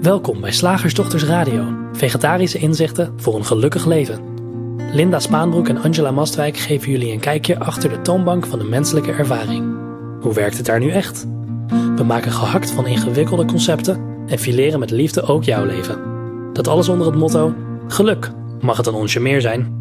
Welkom bij Slagersdochters Radio, vegetarische inzichten voor een gelukkig leven. Linda Spaanbroek en Angela Mastwijk geven jullie een kijkje achter de toonbank van de menselijke ervaring. Hoe werkt het daar nu echt? We maken gehakt van ingewikkelde concepten en fileren met liefde ook jouw leven. Dat alles onder het motto: geluk, mag het een onsje meer zijn?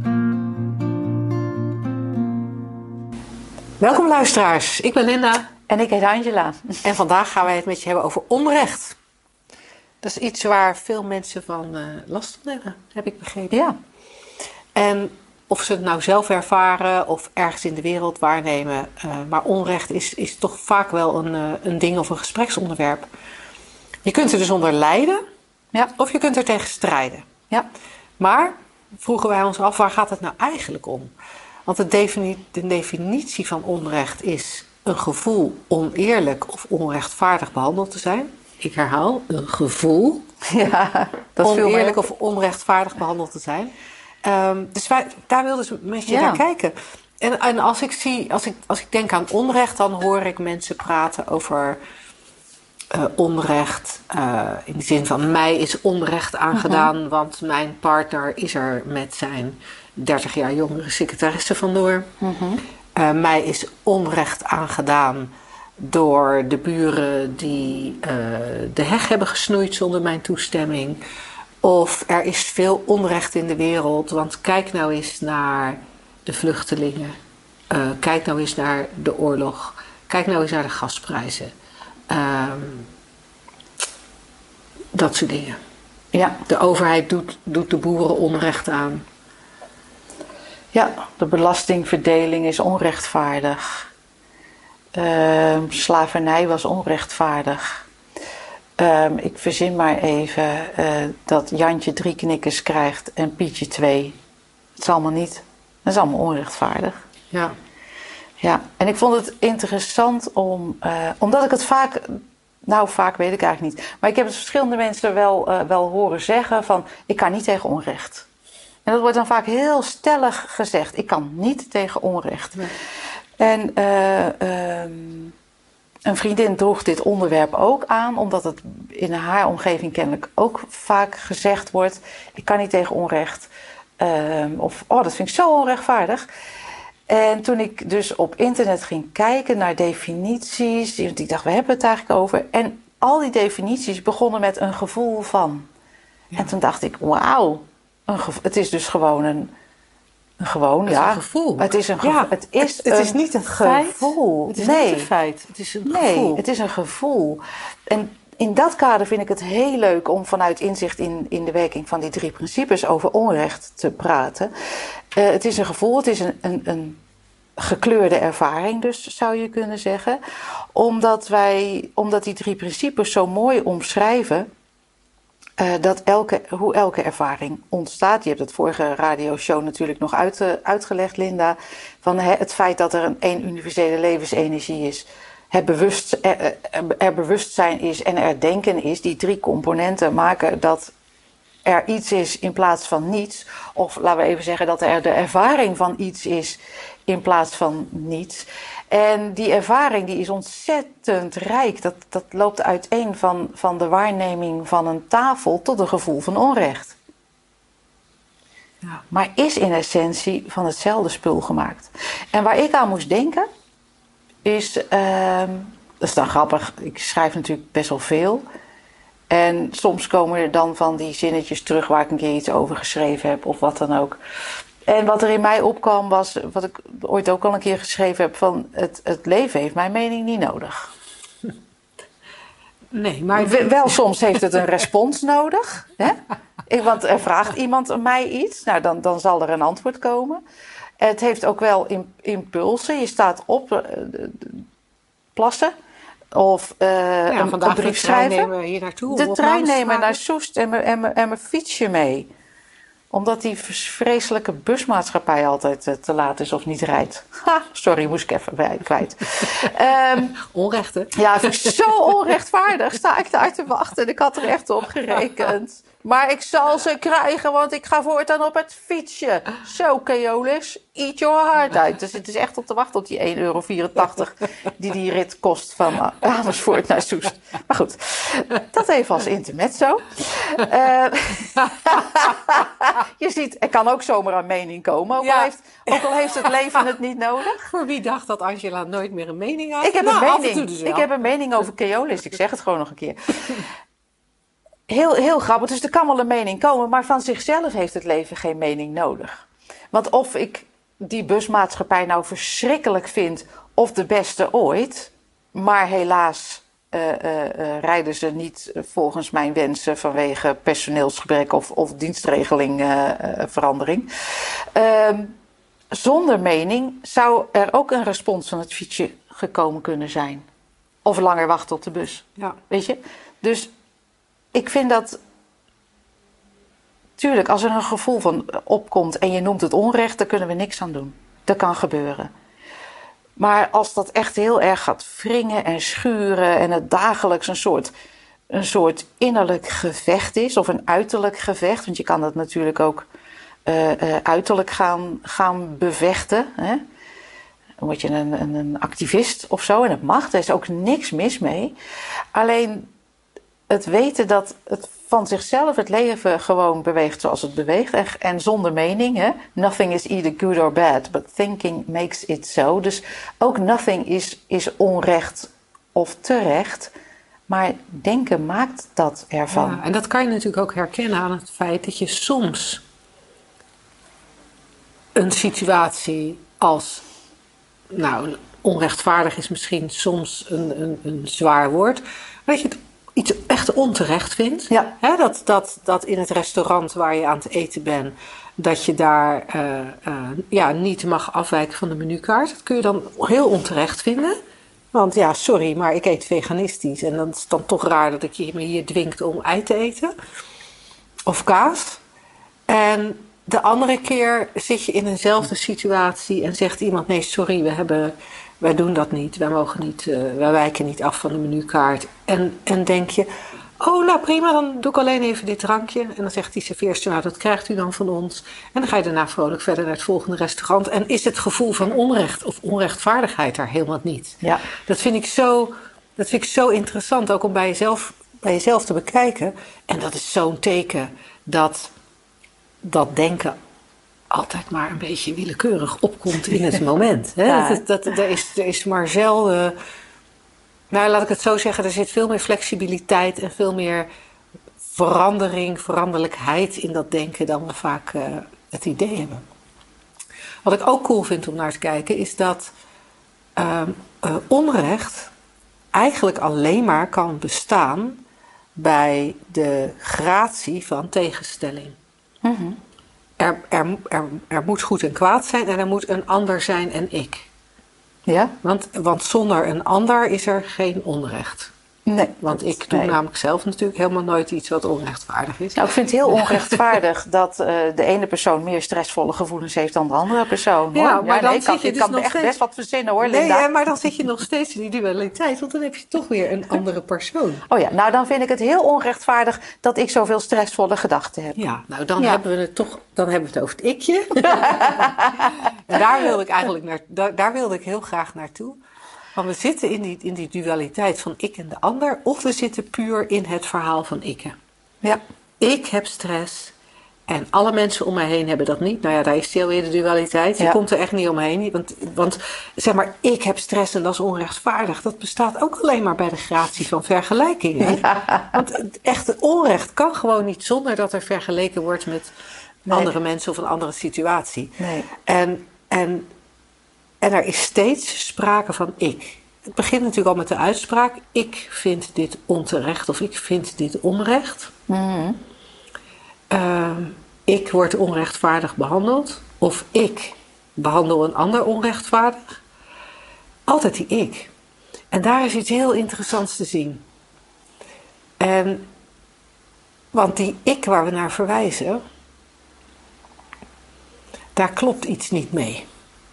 Welkom luisteraars, ik ben Linda. En ik heet Angela. En vandaag gaan wij het met je hebben over onrecht. Dat is iets waar veel mensen van last van hebben, heb ik begrepen. Ja. En of ze het nou zelf ervaren of ergens in de wereld waarnemen. Maar onrecht is toch vaak wel een ding of een gespreksonderwerp. Je kunt er dus onder lijden, Ja. of je kunt er tegen strijden. Ja. Maar vroegen wij ons af, waar gaat het nou eigenlijk om? Want de definitie van onrecht is een gevoel oneerlijk of onrechtvaardig behandeld te zijn. Ik herhaal, een gevoel Ja, dat is veel oneerlijk meer. of onrechtvaardig behandeld te zijn. Dus daar wilden ze met je Ja. naar kijken. En als ik denk aan onrecht, dan hoor ik mensen praten over onrecht. In de zin van, mij is onrecht aangedaan, want mijn partner is er met zijn 30 jaar jongere secretaresse vandoor. Mij is onrecht aangedaan door de buren die de heg hebben gesnoeid zonder mijn toestemming. Of er is veel onrecht in de wereld, want kijk nou eens naar de vluchtelingen. Kijk nou eens naar de oorlog. Kijk nou eens naar de gasprijzen. Dat soort dingen. Ja. De overheid doet de boeren onrecht aan. Ja, de belastingverdeling is onrechtvaardig. Slavernij was onrechtvaardig. Ik verzin maar even dat Jantje 3 knikkers krijgt en Pietje 2. Dat is allemaal niet. Dat is allemaal onrechtvaardig. Ja. Ja, en ik vond het interessant omdat ik het vaak weet ik eigenlijk niet. Maar ik heb het verschillende mensen wel horen zeggen van, ik kan niet tegen onrecht. En dat wordt dan vaak heel stellig gezegd. Ik kan niet tegen onrecht. Nee. En een vriendin droeg dit onderwerp ook aan, omdat het in haar omgeving kennelijk ook vaak gezegd wordt. Ik kan niet tegen onrecht. Dat vind ik zo onrechtvaardig. En toen ik dus op internet ging kijken naar definities, ik dacht, we hebben het eigenlijk over. En al die definities begonnen met een gevoel van. Ja. En toen dacht ik, wauw, het is dus gewoon een gevoel. Het is een gevoel. Het is niet een gevoel. Het is niet een feit. Het is een gevoel. Nee, het is een gevoel. En in dat kader vind ik het heel leuk om vanuit inzicht in de werking van die 3 principes over onrecht te praten. Het is een gevoel, het is een gekleurde ervaring, dus zou je kunnen zeggen. Omdat die 3 principes zo mooi omschrijven hoe elke ervaring ontstaat. Je hebt het vorige radioshow natuurlijk nog uitgelegd, Linda. Van het feit dat er één universele levensenergie is. Er bewustzijn is en er denken is. Die 3 componenten maken dat er iets is in plaats van niets. Of laten we even zeggen dat er de ervaring van iets is in plaats van niets. En die ervaring die is ontzettend rijk. Dat loopt uiteen van de waarneming van een tafel tot een gevoel van onrecht. Ja, maar is in essentie van hetzelfde spul gemaakt. En waar ik aan moest denken is, dat is dan grappig, ik schrijf natuurlijk best wel veel. En soms komen er dan van die zinnetjes terug waar ik een keer iets over geschreven heb of wat dan ook. En wat er in mij opkwam was, wat ik ooit ook al een keer geschreven heb, van het leven heeft mijn mening niet nodig. Nee, maar wel soms heeft het een respons nodig. Hè? Want er vraagt iemand mij iets, nou dan zal er een antwoord komen. Het heeft ook wel impulsen. Je staat op, plassen. Of een brief schrijven. Nemen hier naartoe. De trein nemen naar Soest en mijn fietsje mee. Omdat die vreselijke busmaatschappij altijd te laat is of niet rijdt. Ha, sorry, moest ik even kwijt. Onrecht, hè? Ja, vind ik zo onrechtvaardig. Sta ik daar te wachten. Ik had er echt op gerekend. Maar ik zal ze krijgen, want ik ga voortaan op het fietsje. Zo, Keolis, eat your heart out. Dus het is echt op te wachten op die €1,84 die rit kost van Amersfoort naar Soest. Maar goed, dat even als intermezzo. Je ziet, er kan ook zomaar een mening komen. Ook al heeft het leven het niet nodig. Voor wie dacht dat Angela nooit meer een mening had? Ik heb Dus ik heb een mening over Keolis. Ik zeg het gewoon nog een keer. Heel grappig. Dus er kan wel een mening komen. Maar van zichzelf heeft het leven geen mening nodig. Want of ik die busmaatschappij nou verschrikkelijk vind of de beste ooit. Maar helaas rijden ze niet volgens mijn wensen vanwege personeelsgebrek of dienstregelingverandering. Zonder mening zou er ook een respons van het fietsje gekomen kunnen zijn. Of langer wachten op de bus. Ja. Weet je? Dus ik vind dat... Tuurlijk, als er een gevoel van opkomt en je noemt het onrecht, daar kunnen we niks aan doen. Dat kan gebeuren. Maar als dat echt heel erg gaat wringen en schuren en het dagelijks een soort innerlijk gevecht is, of een uiterlijk gevecht, want je kan dat natuurlijk ook uiterlijk gaan bevechten. Hè? Dan word je een activist of zo en dat mag, daar is ook niks mis mee. Alleen het weten dat het van zichzelf het leven gewoon beweegt zoals het beweegt en zonder mening. Hè? Nothing is either good or bad, but thinking makes it so. Dus ook nothing is onrecht of terecht, maar denken maakt dat ervan. Ja, en dat kan je natuurlijk ook herkennen aan het feit dat je soms een situatie als, nou, onrechtvaardig is misschien soms een zwaar woord, maar dat je het iets echt onterecht vindt. Ja. Hè, dat in het restaurant waar je aan het eten bent, dat je daar niet mag afwijken van de menukaart. Dat kun je dan heel onterecht vinden. Want ja, sorry, maar ik eet veganistisch. En dan is het dan toch raar dat ik je me hier dwingt om ei te eten. Of kaas. En de andere keer zit je in eenzelfde situatie en zegt iemand, nee, sorry, wij doen dat niet. Wij wijken niet af van de menukaart. En denk je, oh, nou prima, dan doe ik alleen even dit drankje. En dan zegt die serveerster, nou, dat krijgt u dan van ons. En dan ga je daarna vrolijk verder naar het volgende restaurant. En is het gevoel van onrecht of onrechtvaardigheid daar helemaal niet. Ja. Dat vind ik zo interessant, ook om bij jezelf te bekijken. En dat is zo'n teken dat denken altijd maar een beetje willekeurig opkomt in het moment. Hè? Ja. Er is maar zelden... Nou, laat ik het zo zeggen, er zit veel meer flexibiliteit en veel meer veranderlijkheid in dat denken dan we vaak het idee hebben. Wat ik ook cool vind om naar te kijken is dat onrecht eigenlijk alleen maar kan bestaan bij de gratie van tegenstelling. Mm-hmm. Er moet goed en kwaad zijn en er moet een ander zijn en ik. Ja? Want zonder een ander is er geen onrecht. Nee. Want ik doe namelijk zelf natuurlijk helemaal nooit iets wat onrechtvaardig is. Nou, ik vind het heel onrechtvaardig dat de ene persoon meer stressvolle gevoelens heeft dan de andere persoon. Hoor. Ja, maar dan ik kan echt best wat verzinnen hoor, Linda. Nee, maar dan zit je nog steeds in die dualiteit, want dan heb je toch weer een andere persoon. Oh ja, nou dan vind ik het heel onrechtvaardig dat ik zoveel stressvolle gedachten heb. Ja, nou dan hebben we het over het ikje. En daar wilde ik heel graag naartoe. Want we zitten in die dualiteit van ik en de ander, of we zitten puur in het verhaal van ikke. Ja. Ik heb stress en alle mensen om mij heen hebben dat niet. Nou ja, daar is stil weer de dualiteit. Je komt er echt niet omheen. Want zeg maar, ik heb stress en dat is onrechtvaardig. Dat bestaat ook alleen maar bij de gratie van vergelijking. Ja. Want het echte onrecht kan gewoon niet zonder dat er vergeleken wordt met andere mensen of een andere situatie. Nee. En er is steeds sprake van ik. Het begint natuurlijk al met de uitspraak. Ik vind dit onterecht of ik vind dit onrecht. Mm-hmm. Ik word onrechtvaardig behandeld. Of ik behandel een ander onrechtvaardig. Altijd die ik. En daar is iets heel interessants te zien. Want die ik waar we naar verwijzen, daar klopt iets niet mee.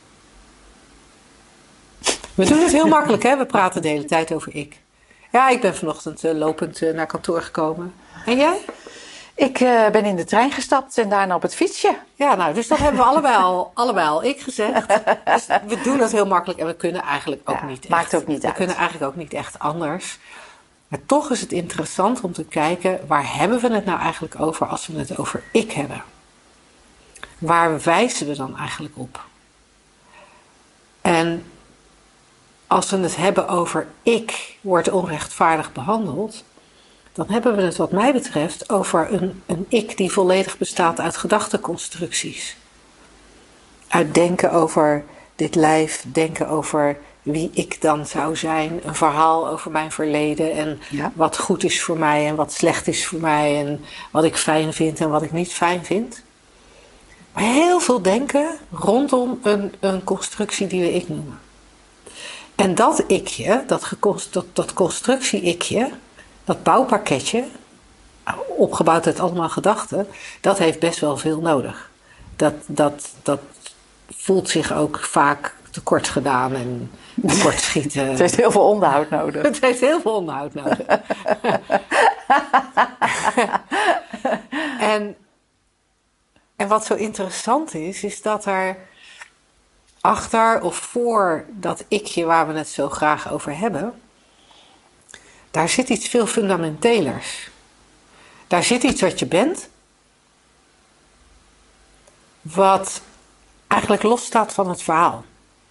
We doen het heel makkelijk, hè? We praten de hele tijd over ik. Ja, ik ben vanochtend lopend naar kantoor gekomen. En jij? Ik ben in de trein gestapt en daarna op het fietsje. Ja, nou, dus dat hebben we allebei al ik gezegd. Dus we doen dat heel makkelijk en we kunnen eigenlijk ook niet echt. Maakt ook niet uit. We kunnen eigenlijk ook niet echt anders. Maar toch is het interessant om te kijken, waar hebben we het nou eigenlijk over als we het over ik hebben? Waar wijzen we dan eigenlijk op? En als we het hebben over ik wordt onrechtvaardig behandeld, dan hebben we het wat mij betreft over een ik die volledig bestaat uit gedachteconstructies. Uit denken over dit lijf, denken over wie ik dan zou zijn, een verhaal over mijn verleden en wat goed is voor mij en wat slecht is voor mij en wat ik fijn vind en wat ik niet fijn vind. Maar heel veel denken rondom een constructie die we ik noemen. En dat ikje, dat constructie-ikje, dat bouwpakketje, opgebouwd uit allemaal gedachten, dat heeft best wel veel nodig. Dat voelt zich ook vaak tekort gedaan en tekortschieten. Het heeft heel veel onderhoud nodig. Het heeft heel veel onderhoud nodig. En wat zo interessant is dat er achter of voor dat ikje waar we het zo graag over hebben, daar zit iets veel fundamentelers. Daar zit iets wat je bent, wat eigenlijk los staat van het verhaal.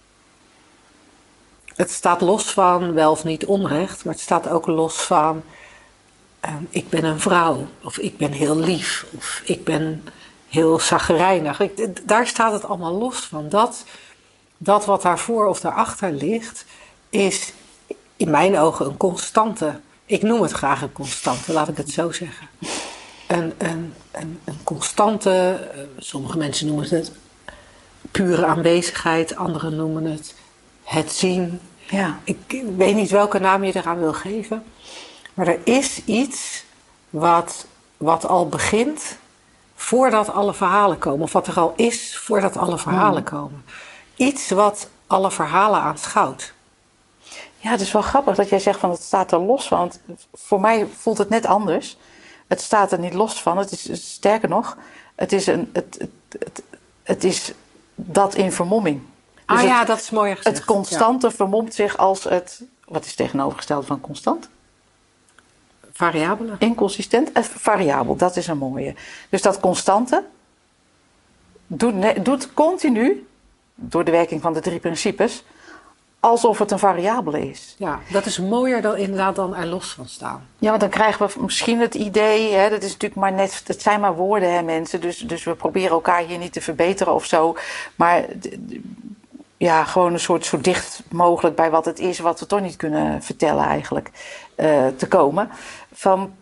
Het staat los van wel of niet onrecht, maar het staat ook los van ik ben een vrouw, of ik ben heel lief, of ik ben heel chagrijnig. Daar staat het allemaal los van. Dat wat daarvoor of daarachter ligt, is in mijn ogen een constante. Ik noem het graag een constante, laat ik het zo zeggen. Een constante, sommige mensen noemen het pure aanwezigheid, anderen noemen het zien. Ja. Ik weet niet welke naam je eraan wil geven. Maar er is iets wat al begint voordat alle verhalen komen. Of wat er al is voordat alle verhalen komen. Iets wat alle verhalen aanschouwt. Ja, het is wel grappig dat jij zegt van het staat er los van. Want voor mij voelt het net anders. Het staat er niet los van. Het is sterker nog, het is dat in vermomming. Dus dat is mooier gezegd. Het constante vermomt zich als het. Wat is tegenovergesteld van constant? Variabele. Inconsistent. Variabel, dat is een mooie. Dus dat constante doet continu, door de werking van de 3 principes, alsof het een variabele is. Ja, dat is mooier dan inderdaad dan er los van staan. Ja, want dan krijgen we misschien het idee, hè, dat is natuurlijk maar net, het zijn maar woorden, hè, mensen. Dus we proberen elkaar hier niet te verbeteren of zo. Maar ja, gewoon een soort zo dicht mogelijk bij wat het is, wat we toch niet kunnen vertellen eigenlijk, te komen. Van,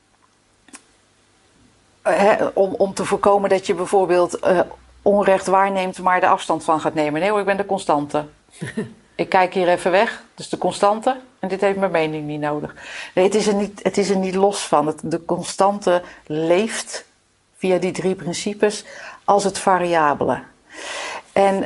om te voorkomen dat je bijvoorbeeld onrecht waarneemt, maar de afstand van gaat nemen. Nee hoor, ik ben de constante. Ik kijk hier even weg, dus de constante. En dit heeft mijn mening niet nodig. Nee, het is er niet los van. De constante leeft via die 3 principes als het variabele. En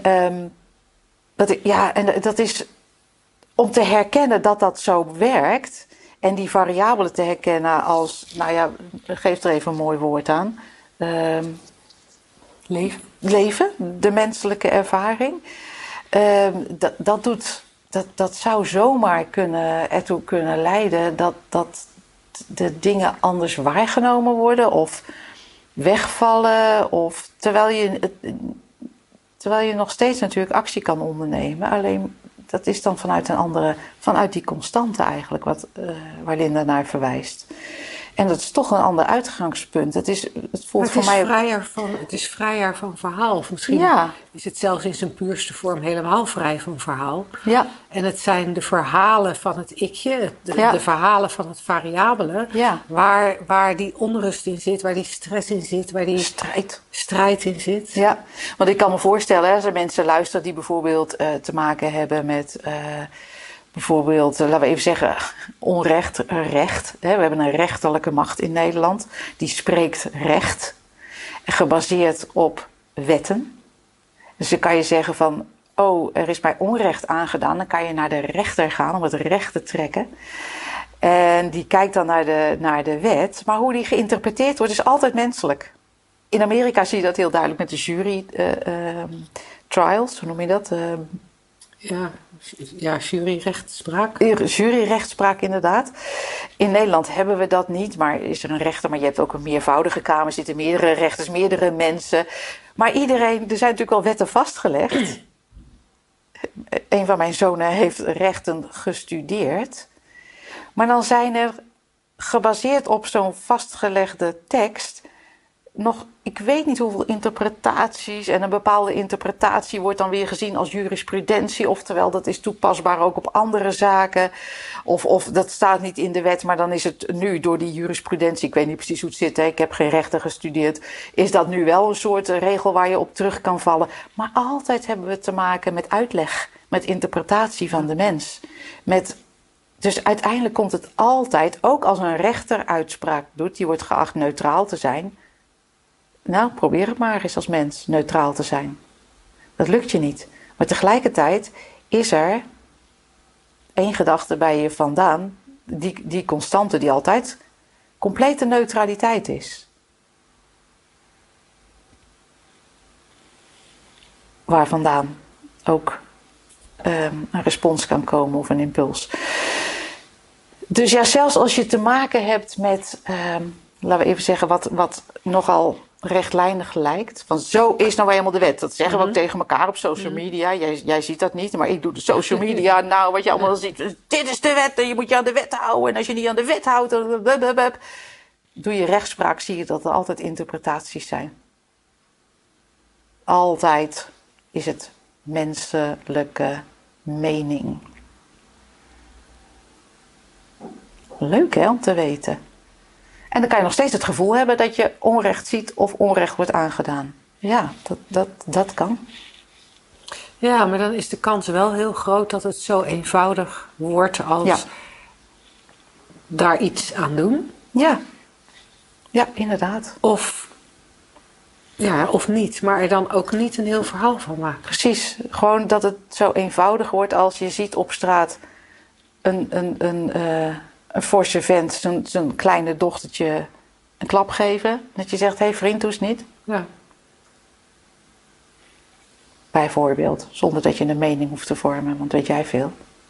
dat is om te herkennen dat dat zo werkt. En die variabelen te herkennen als, nou ja, geef er even een mooi woord aan. Leven, de menselijke ervaring. Dat zou zomaar ertoe kunnen leiden dat de dingen anders waargenomen worden of wegvallen. Of terwijl je nog steeds natuurlijk actie kan ondernemen. Alleen dat is dan vanuit die constante eigenlijk waar Linda naar verwijst. En dat is toch een ander uitgangspunt. Het voelt voor mij het is vrijer van verhaal. Of misschien is het zelfs in zijn puurste vorm helemaal vrij van verhaal. Ja. En het zijn de verhalen van het ikje, de verhalen van het variabele, waar die onrust in zit, waar die stress in zit, waar die strijd in zit. Ja, want ik kan me voorstellen, als er mensen luisteren die bijvoorbeeld te maken hebben met bijvoorbeeld, laten we even zeggen, onrecht, recht. We hebben een rechterlijke macht in Nederland. Die spreekt recht, gebaseerd op wetten. Dus dan kan je zeggen van, er is mij onrecht aangedaan. Dan kan je naar de rechter gaan om het recht te trekken. En die kijkt dan naar de wet. Maar hoe die geïnterpreteerd wordt is altijd menselijk. In Amerika zie je dat heel duidelijk met de jury trials. Hoe noem je dat? Juryrechtspraak. Juryrechtspraak inderdaad. In Nederland hebben we dat niet, maar is er een rechter. Maar je hebt ook een meervoudige kamer, zitten meerdere rechters, meerdere mensen. Maar er zijn natuurlijk al wetten vastgelegd. Een van mijn zonen heeft rechten gestudeerd. Maar dan zijn er, gebaseerd op zo'n vastgelegde tekst, nog, ik weet niet hoeveel interpretaties. En een bepaalde interpretatie wordt dan weer gezien als jurisprudentie. Oftewel, dat is toepasbaar ook op andere zaken. Of dat staat niet in de wet, maar dan is het nu door die jurisprudentie. Ik weet niet precies hoe het zit, hè? Ik heb geen rechten gestudeerd. Is dat nu wel een soort regel waar je op terug kan vallen? Maar altijd hebben we te maken met uitleg. Met interpretatie van de mens. Dus uiteindelijk komt het altijd, ook als een rechter uitspraak doet, die wordt geacht neutraal te zijn. Nou, probeer het maar eens als mens neutraal te zijn. Dat lukt je niet. Maar tegelijkertijd is er één gedachte bij je vandaan, die constante, die altijd complete neutraliteit is. Waar vandaan ook een respons kan komen of een impuls. Dus ja, zelfs als je te maken hebt met, laten we even zeggen, wat nogal rechtlijnig lijkt. Van zo is nou helemaal de wet. Dat zeggen we ook tegen elkaar op social media. Jij ziet dat niet, maar ik doe de social media. Nou, wat je allemaal ziet. Dit is de wet en je moet je aan de wet houden. En als je niet aan de wet houdt, dan doe je rechtspraak, zie je dat er altijd interpretaties zijn. Altijd is het menselijke mening. Leuk hè, om te weten. En dan kan je nog steeds het gevoel hebben dat je onrecht ziet of onrecht wordt aangedaan. Ja, dat kan. Ja, maar dan is de kans wel heel groot dat het zo eenvoudig wordt als daar iets aan doen. Ja, inderdaad. Of niet, maar er dan ook niet een heel verhaal van maken. Precies, gewoon dat het zo eenvoudig wordt als je ziet op straat een forse vent zijn kleine dochtertje een klap geven. Dat je zegt, hé vriend, doe eens niet. Ja. Bijvoorbeeld, zonder dat je een mening hoeft te vormen, want weet jij veel.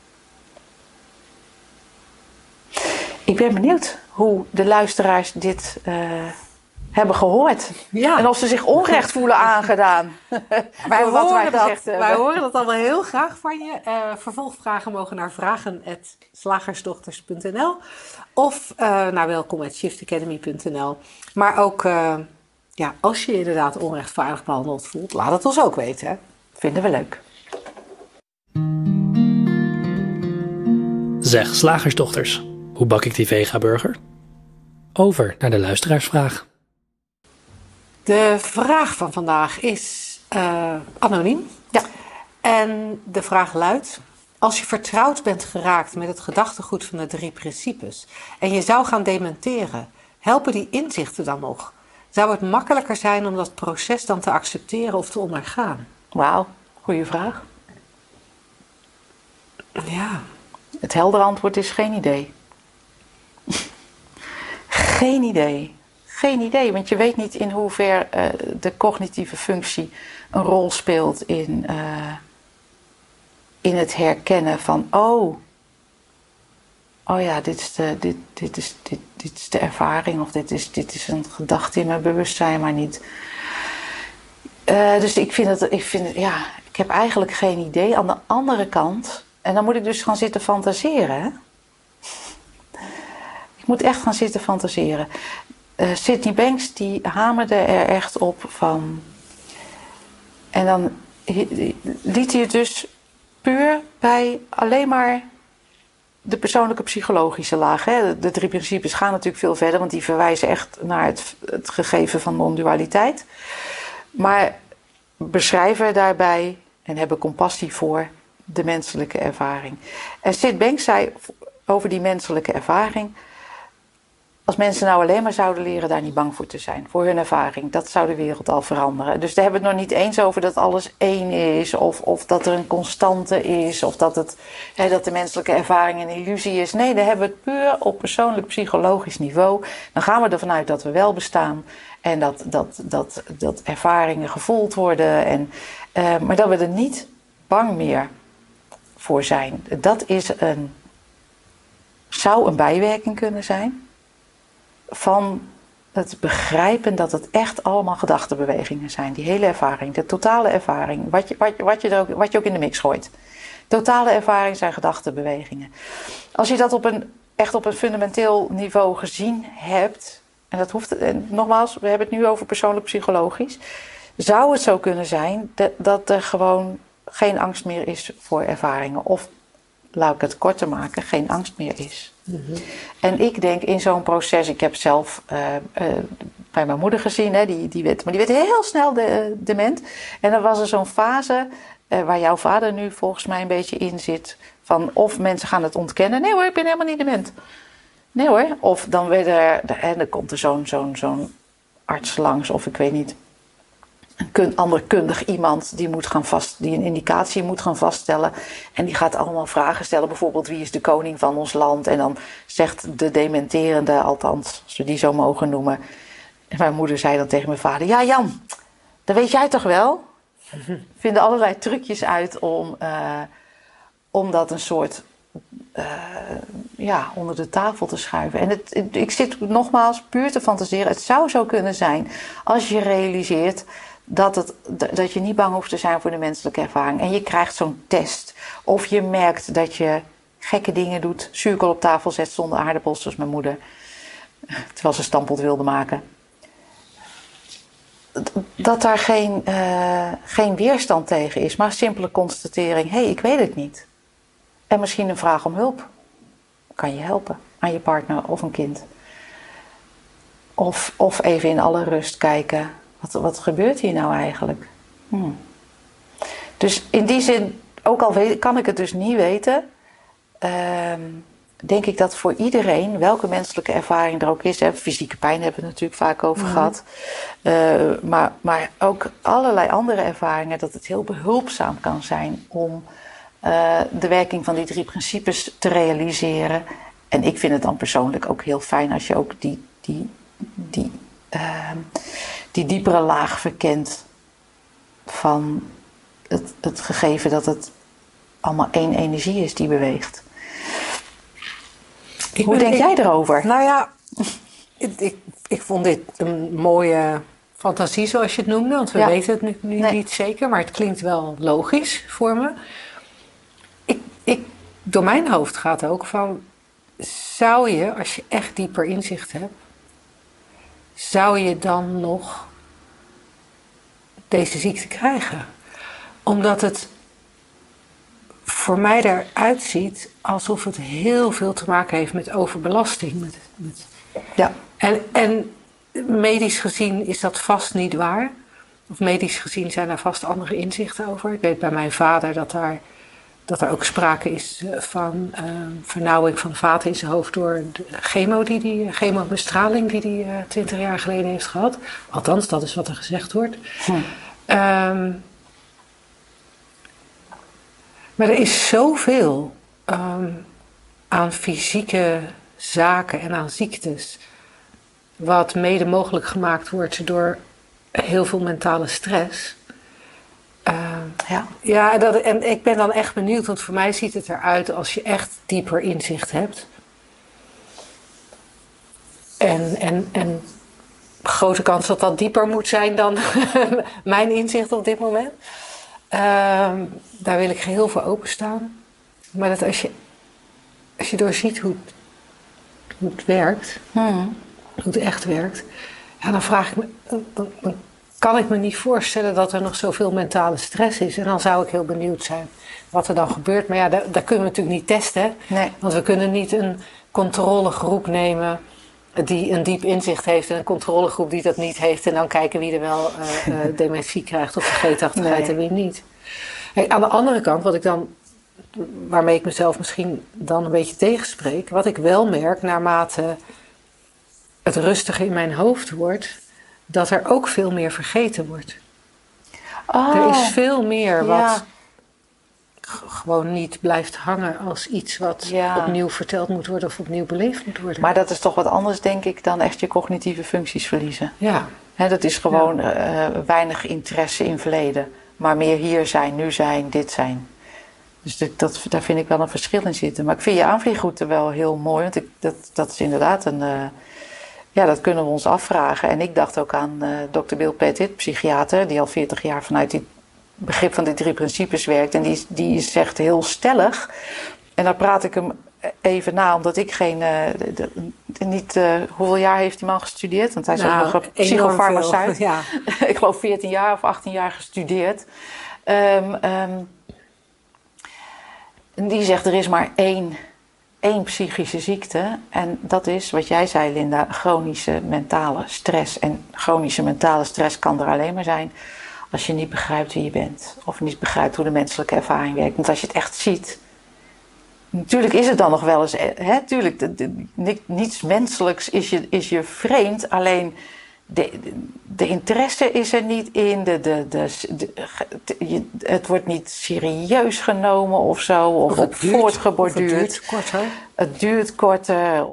Ik ben benieuwd hoe de luisteraars dit hebben gehoord. Ja. En of ze zich onrecht voelen aangedaan. Wij horen dat allemaal heel graag van je. Vervolgvragen mogen naar vragen@slagersdochters.nl of naar welkom@shiftacademy.nl. Maar ook, als je je inderdaad onrechtvaardig behandeld voelt, laat het ons ook weten. Hè? Vinden we leuk. Zeg, slagersdochters, hoe bak ik die vegaburger? Over naar de luisteraarsvraag. De vraag van vandaag is anoniem. Ja. En de vraag luidt: als je vertrouwd bent geraakt met het gedachtegoed van de 3 principes en je zou gaan dementeren, helpen die inzichten dan nog? Zou het makkelijker zijn om dat proces dan te accepteren of te ondergaan? Wauw, goede vraag. Ja. Het heldere antwoord is geen idee. Geen idee. Geen idee, want je weet niet in hoever de cognitieve functie een rol speelt in het herkennen van oh ja, dit is de ervaring of dit is een gedachte in mijn bewustzijn, maar niet. Dus ik heb eigenlijk geen idee. Aan de andere kant, en dan moet ik dus gaan zitten fantaseren. Hè? Ik moet echt gaan zitten fantaseren. Sydney Banks die hamerde er echt op van. En dan liet hij het dus puur bij alleen maar de persoonlijke psychologische laag. Hè. De 3 principes gaan natuurlijk veel verder, want die verwijzen echt naar het gegeven van non-dualiteit. Maar beschrijven daarbij en hebben compassie voor de menselijke ervaring. En Syd Banks zei over die menselijke ervaring: Als mensen nou alleen maar zouden leren daar niet bang voor te zijn, voor hun ervaring, dat zou de wereld al veranderen. Dus daar hebben we het nog niet eens over dat alles één is, of dat er een constante is, of dat de menselijke ervaring een illusie is. Nee, daar hebben we het puur op persoonlijk psychologisch niveau. Dan gaan we ervan uit dat we wel bestaan en dat ervaringen gevoeld worden, maar dat we er niet bang meer voor zijn. Dat zou een bijwerking kunnen zijn van het begrijpen dat het echt allemaal gedachtenbewegingen zijn. Die hele ervaring, de totale ervaring, wat je ook in de mix gooit. Totale ervaring zijn gedachtenbewegingen. Als je dat echt op een fundamenteel niveau gezien hebt, en dat hoeft, en nogmaals, we hebben het nu over persoonlijk psychologisch, zou het zo kunnen zijn dat er gewoon geen angst meer is voor ervaringen. Of, laat ik het korter maken, geen angst meer is. Mm-hmm. En ik denk in zo'n proces, ik heb zelf bij mijn moeder gezien, hè, die werd heel snel dement. En dan was er zo'n fase waar jouw vader nu volgens mij een beetje in zit. Van of mensen gaan het ontkennen. Nee hoor, ik ben helemaal niet dement. Nee hoor. Of dan dan komt er zo'n arts langs, of ik weet niet, een ander kundig iemand die een indicatie moet gaan vaststellen. En die gaat allemaal vragen stellen. Bijvoorbeeld, wie is de koning van ons land? En dan zegt de dementerende, althans, als we die zo mogen noemen. En mijn moeder zei dan tegen mijn vader: ja Jan, dat weet jij toch wel? Vinden allerlei trucjes uit om dat een soort onder de tafel te schuiven. En ik zit nogmaals puur te fantaseren. Het zou zo kunnen zijn als je realiseert dat je niet bang hoeft te zijn voor de menselijke ervaring. En je krijgt zo'n test. Of je merkt dat je gekke dingen doet. Zuurkool op tafel zet zonder aardappels, zoals mijn moeder. Terwijl ze stampot wilde maken. Dat daar geen weerstand tegen is. Maar simpele constatering. Hé, ik weet het niet. En misschien een vraag om hulp. Kan je helpen aan je partner of een kind. Of even in alle rust kijken. Wat gebeurt hier nou eigenlijk? Dus in die zin, ook al kan ik het dus niet weten, denk ik dat voor iedereen, welke menselijke ervaring er ook is, fysieke pijn hebben we het natuurlijk vaak over gehad, maar ook allerlei andere ervaringen, dat het heel behulpzaam kan zijn om de werking van die 3 principes te realiseren. En ik vind het dan persoonlijk ook heel fijn als je ook die diepere laag verkent van het gegeven dat het allemaal één energie is die beweegt. Hoe denk jij erover? Nou ja, ik vond dit een mooie fantasie zoals je het noemde. Want we weten het nu niet zeker, maar het klinkt wel logisch voor me. Door mijn hoofd gaat ook van, zou je, als je echt dieper inzicht hebt, zou je dan nog deze ziekte krijgen? Omdat het voor mij eruit ziet alsof het heel veel te maken heeft met overbelasting. Ja. En medisch gezien is dat vast niet waar. Of medisch gezien zijn er vast andere inzichten over. Ik weet bij mijn vader dat er ook sprake is van vernauwing van de vaten in zijn hoofd door de chemobestraling die hij 20 jaar geleden heeft gehad. Althans, dat is wat er gezegd wordt. Maar er is zoveel aan fysieke zaken en aan ziektes wat mede mogelijk gemaakt wordt door heel veel mentale stress. En ik ben dan echt benieuwd, want voor mij ziet het eruit als je echt dieper inzicht hebt. En grote kans dat dat dieper moet zijn dan mijn inzicht op dit moment. Daar wil ik geheel voor openstaan. Maar dat als je doorziet hoe het werkt, hoe het echt werkt, ja, dan vraag ik me, dan kan ik me niet voorstellen dat er nog zoveel mentale stress is. En dan zou ik heel benieuwd zijn wat er dan gebeurt. Maar ja, dat kunnen we natuurlijk niet testen. Nee. Want we kunnen niet een controlegroep nemen die een diep inzicht heeft en een controlegroep die dat niet heeft. En dan kijken wie er wel dementie krijgt of vergeetachtigheid en wie niet. Kijk, aan de andere kant, waarmee ik mezelf misschien dan een beetje tegenspreek. Wat ik wel merk naarmate het rustige in mijn hoofd wordt, dat er ook veel meer vergeten wordt. Er is veel meer wat gewoon niet blijft hangen als iets wat opnieuw verteld moet worden of opnieuw beleefd moet worden. Maar dat is toch wat anders, denk ik, dan echt je cognitieve functies verliezen. Ja. Dat is gewoon weinig interesse in verleden. Maar meer hier zijn, nu zijn, dit zijn. Dus daar vind ik wel een verschil in zitten. Maar ik vind je aanvliegroute wel heel mooi. Want dat is inderdaad een... dat kunnen we ons afvragen. En ik dacht ook aan Dr. Bill Pettit, psychiater, die al 40 jaar vanuit het begrip van de 3 principes werkt. En die zegt heel stellig. En daar praat ik hem even na, omdat ik hoeveel jaar heeft die man gestudeerd? Want hij is ook nog een psychofarmaceut. Ja. Ik geloof 14 jaar of 18 jaar gestudeerd. En die zegt, er is maar één psychische ziekte. En dat is, wat jij zei, Linda, chronische mentale stress. En chronische mentale stress kan er alleen maar zijn als je niet begrijpt wie je bent. Of niet begrijpt hoe de menselijke ervaring werkt. Want als je het echt ziet... Natuurlijk is het dan nog wel eens... Tuurlijk, niets menselijks is je vreemd. Alleen de interesse is er niet in. Het wordt niet serieus genomen of zo. Of op voortgeborduurd. Het duurt korter.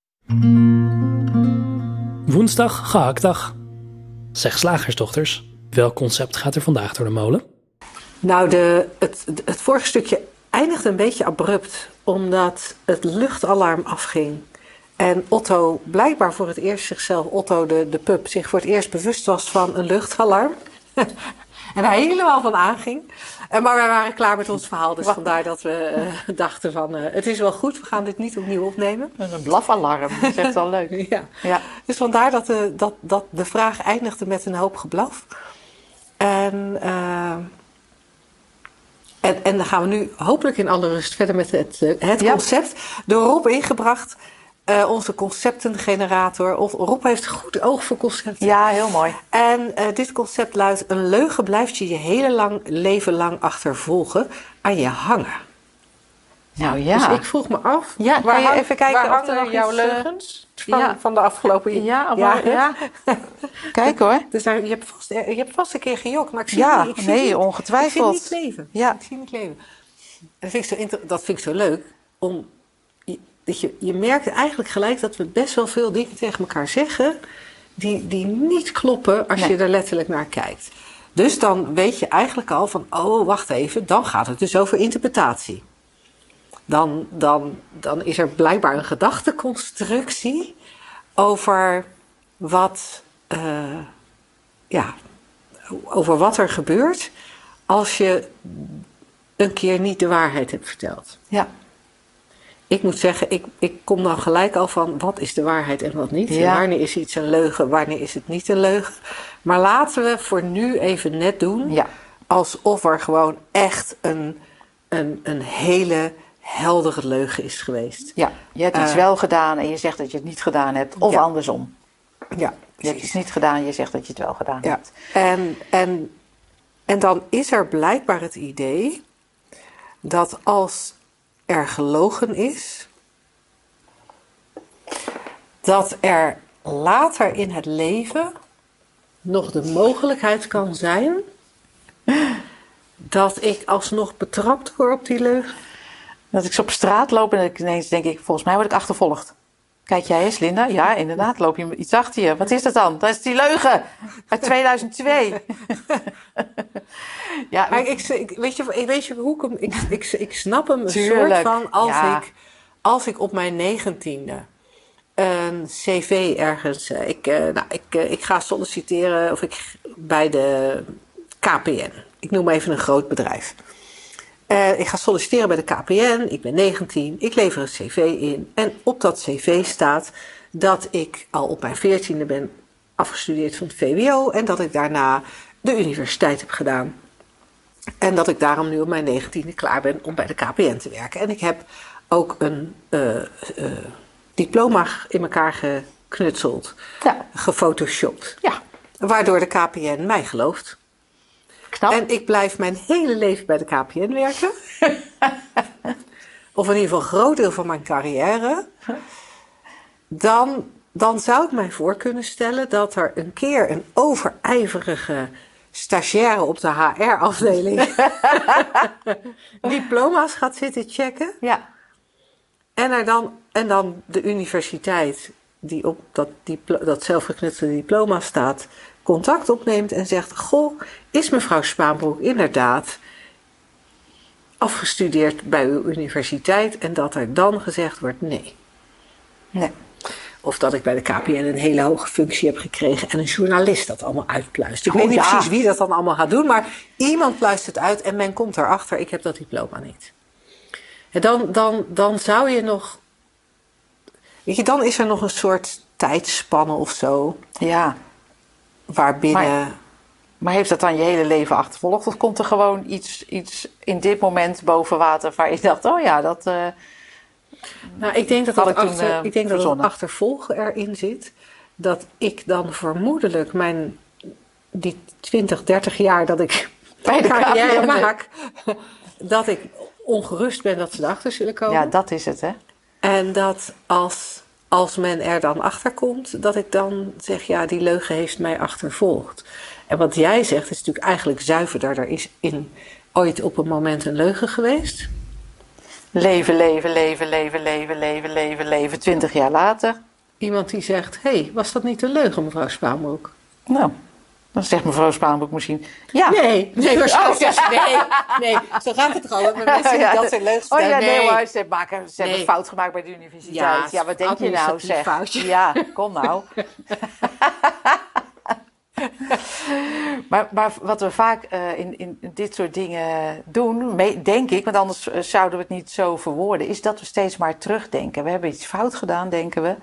Woensdag, gehaktdag. Zeg slagersdochters, welk concept gaat er vandaag door de molen? Nou, het vorige stukje eindigde een beetje abrupt, omdat het luchtalarm afging. En Otto blijkbaar voor het eerst zichzelf, Otto de pup, zich voor het eerst bewust was van een luchtalarm. En daar helemaal van aanging. Maar wij waren klaar met ons verhaal, dus vandaar dat we dachten van... het is wel goed, we gaan dit niet opnieuw opnemen. Een blafalarm, dat is echt wel leuk. Ja. Dus vandaar dat de vraag eindigde met een hoop geblaf. En dan gaan we nu hopelijk in alle rust verder met het concept. Door Rob ingebracht, onze conceptengenerator. Rob heeft goed oog voor concepten. Ja, heel mooi. En dit concept luidt: een leugen blijft je hele leven lang achtervolgen, aan je hangen. Nou ja. Dus ik vroeg me af, kan je even kijken waar of er hangen jouw leugens van de afgelopen jaren? Ja. Kijk hoor. Dus je hebt vast een keer gejokt, maar ik zie ongetwijfeld. Ik zie niet leven. Ja. Ik zie niet leven. En dat vind ik zo leuk, dat je merkt eigenlijk gelijk dat we best wel veel dingen tegen elkaar zeggen die niet kloppen als je er letterlijk naar kijkt. Dus dan weet je eigenlijk al van, oh wacht even, dan gaat het dus over interpretatie. Dan is er blijkbaar een gedachteconstructie over over wat er gebeurt als je een keer niet de waarheid hebt verteld. Ja. Ik moet zeggen, ik kom dan gelijk al van wat is de waarheid en wat niet. Ja. Wanneer is iets een leugen, wanneer is het niet een leugen. Maar laten we voor nu even net doen alsof er gewoon echt een hele heldere leugen is geweest. Ja, je hebt iets wel gedaan en je zegt dat je het niet gedaan hebt. Of andersom. Ja, je hebt iets niet gedaan en je zegt dat je het wel gedaan hebt. En dan is er blijkbaar het idee dat als er gelogen is, dat er later in het leven nog de mogelijkheid kan zijn dat ik alsnog betrapt word op die leugen. Dat ik zo op straat loop en ineens denk ik, volgens mij word ik achtervolgd. Kijk jij eens, Linda? Ja, inderdaad, loop je iets achter je. Wat is dat dan? Dat is die leugen uit 2002. Ja, maar weet je hoe ik snap hem een soort van als ik op mijn 19e een cv ergens, ik ga solliciteren bij de KPN. Ik noem even een groot bedrijf. Ik ga solliciteren bij de KPN, ik ben 19, ik lever een cv in. En op dat cv staat dat ik al op mijn 14e ben afgestudeerd van het VWO. En dat ik daarna de universiteit heb gedaan. En dat ik daarom nu op mijn 19e klaar ben om bij de KPN te werken. En ik heb ook een diploma in elkaar geknutseld, gefotoshopt. Ja. Waardoor de KPN mij gelooft. Knap. En ik blijf mijn hele leven bij de KPN werken. Of in ieder geval een groot deel van mijn carrière. Dan dan zou ik mij voor kunnen stellen dat er een keer een overijverige stagiaire op de HR-afdeling diploma's gaat zitten checken. Ja. En dan de universiteit die op dat zelfgeknutselde diploma staat, contact opneemt en zegt: goh, is mevrouw Spaanbroek inderdaad afgestudeerd bij uw universiteit? En dat er dan gezegd wordt nee. Nee. Of dat ik bij de KPN een hele hoge functie heb gekregen en een journalist dat allemaal uitpluist. Ik weet niet precies wie dat dan allemaal gaat doen, maar iemand pluist het uit en men komt erachter: ik heb dat diploma niet. En dan zou je nog... Weet je, dan is er nog een soort tijdspanne of zo. Ja. Waarbinnen... Maar heeft dat dan je hele leven achtervolgd? Of komt er gewoon iets in dit moment boven water waar je dacht: oh ja, dat... Nou, ik denk dat het achtervolgen erin zit. Dat ik dan vermoedelijk die 20, 30 jaar dat ik bij de carrière maak, dat ik ongerust ben dat ze erachter zullen komen. Ja, dat is het, hè? En dat als men er dan achter komt, dat ik dan zeg: ja, die leugen heeft mij achtervolgd. En wat jij zegt is natuurlijk eigenlijk zuiverder. Er is ooit op een moment een leugen geweest. Leven, 20 jaar later. Iemand die zegt: hey, was dat niet een leugen, mevrouw Spaanbroek? Nou, dan zegt mevrouw Spaanbroek misschien: ja. Nee, waarschijnlijk. Nee, zo gaat het toch al. Met mensen die dat zijn leugens vertellen. Oh ja, nee hoor, ze hebben fout gemaakt bij de universiteit. Ja, wat denk je nou, zeg? Foutje. Ja, kom nou. Maar wat we vaak in dit soort dingen doen, denk ik, want anders zouden we het niet zo verwoorden, is dat we steeds maar terugdenken. We hebben iets fout gedaan, denken we.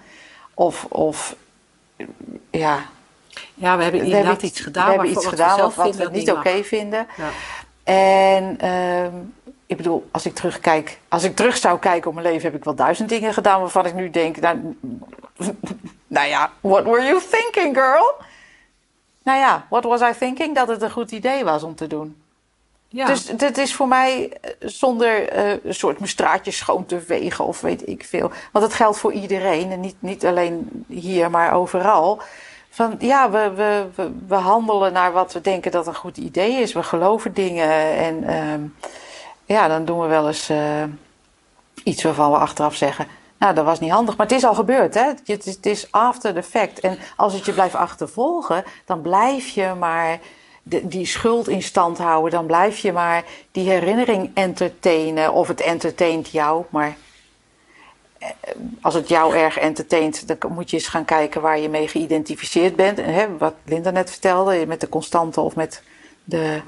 Ja, we hebben inderdaad iets gedaan wat we niet oké vinden. Ja. En ik bedoel, als ik terug zou kijken op mijn leven, heb ik wel 1000 dingen gedaan waarvan ik nu denk, nou ja, what were you thinking, girl? Nou ja, what was I thinking? Dat het een goed idee was om te doen. Ja. Dus het is voor mij zonder een soort mijn straatjes schoon te vegen of weet ik veel. Want het geldt voor iedereen en niet alleen hier, maar overal. Van ja, we handelen naar wat we denken dat een goed idee is. We geloven dingen en dan doen we wel eens iets waarvan we achteraf zeggen: nou, dat was niet handig, maar het is al gebeurd, hè? Het is after the fact. En als het je blijft achtervolgen, dan blijf je maar die schuld in stand houden. Dan blijf je maar die herinnering entertainen. Of het entertaint jou, maar als het jou erg entertaint, dan moet je eens gaan kijken waar je mee geïdentificeerd bent. En, wat Linda net vertelde, met de constante of met de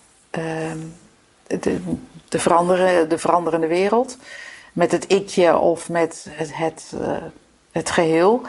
veranderende wereld. Met het ikje of met het geheel.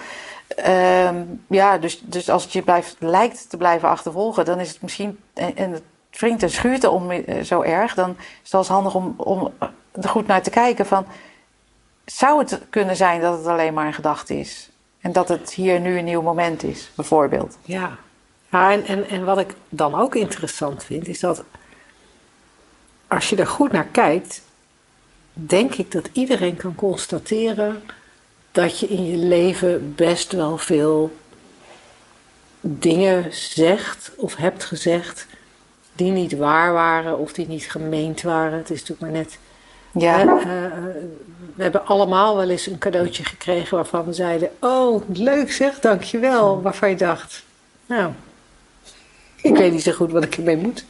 Dus als het je lijkt te blijven achtervolgen, dan is het misschien, en het wringt en schuurt zo erg, dan is het wel eens handig om er goed naar te kijken van: zou het kunnen zijn dat het alleen maar een gedachte is? En dat het hier nu een nieuw moment is, bijvoorbeeld. Ja, en wat ik dan ook interessant vind, is dat als je er goed naar kijkt, denk ik dat iedereen kan constateren dat je in je leven best wel veel dingen zegt of hebt gezegd die niet waar waren of die niet gemeend waren. Het is natuurlijk maar net... Ja. We hebben allemaal wel eens een cadeautje gekregen waarvan we zeiden: oh, leuk zeg, dankjewel. Waarvan je dacht: nou, ik weet niet zo goed wat ik ermee moet.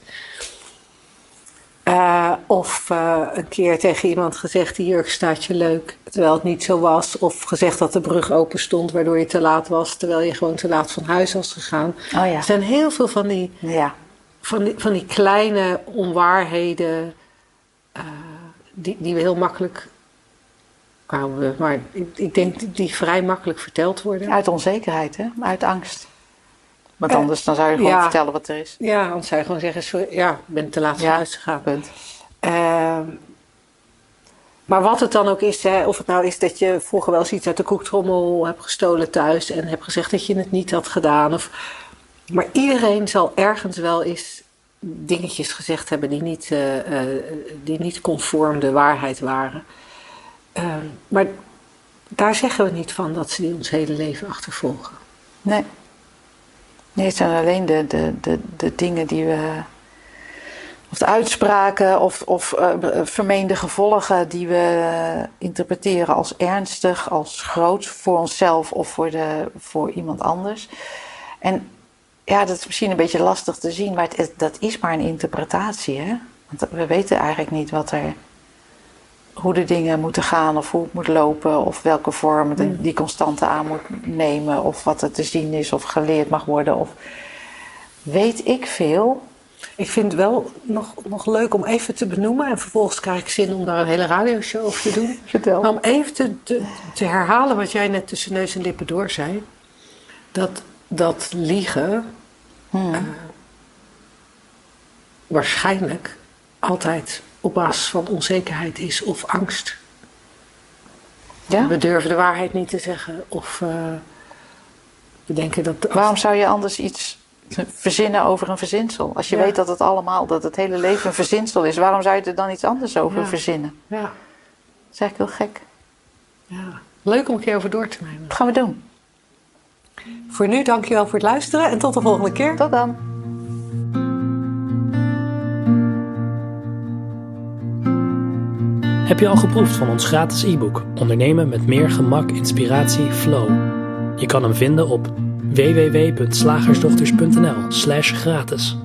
Of een keer tegen iemand gezegd: die jurk staat je leuk, terwijl het niet zo was. Of gezegd dat de brug open stond, waardoor je te laat was, terwijl je gewoon te laat van huis was gegaan. Oh ja. Er zijn heel veel van die kleine onwaarheden die we heel makkelijk houden. Maar ik denk die vrij makkelijk verteld worden. Uit onzekerheid, hè? Uit angst. Want anders dan zou je gewoon vertellen wat er is. Ja, anders zou je gewoon zeggen: sorry, ik ben te laat van huis gegaan. Punt. Maar wat het dan ook is, hè, of het nou is dat je vroeger wel eens iets uit de koektrommel hebt gestolen thuis en hebt gezegd dat je het niet had gedaan. Maar iedereen zal ergens wel eens dingetjes gezegd hebben die niet conform de waarheid waren. Maar daar zeggen we niet van dat ze die ons hele leven achtervolgen. Nee. Nee, het zijn alleen de dingen die we... Of de uitspraken of vermeende gevolgen die we interpreteren als ernstig, als groot voor onszelf of voor iemand anders. En ja, dat is misschien een beetje lastig te zien, maar dat is maar een interpretatie. Hè? Want we weten eigenlijk niet hoe de dingen moeten gaan of hoe het moet lopen of welke vorm die constante aan moet nemen of wat er te zien is of geleerd mag worden of weet ik veel. Ik vind het wel nog leuk om even te benoemen en vervolgens krijg ik zin om daar een hele radioshow over te doen. Vertel. Maar om even te herhalen wat jij net tussen neus en lippen door zei. Dat liegen waarschijnlijk altijd op basis van onzekerheid is of angst. Ja? We durven de waarheid niet te zeggen of we denken dat... Waarom zou je anders iets verzinnen over een verzinsel? Als je weet dat het hele leven een verzinsel is, waarom zou je er dan iets anders over verzinnen? Ja. Dat is eigenlijk heel gek. Ja. Leuk om een keer over door te nemen. Dat gaan we doen. Voor nu, dankjewel voor het luisteren en tot de volgende keer. Tot dan. Heb je al geproefd van ons gratis e-book Ondernemen met meer gemak, inspiratie, flow? Je kan hem vinden op www.slagersdochters.nl/gratis.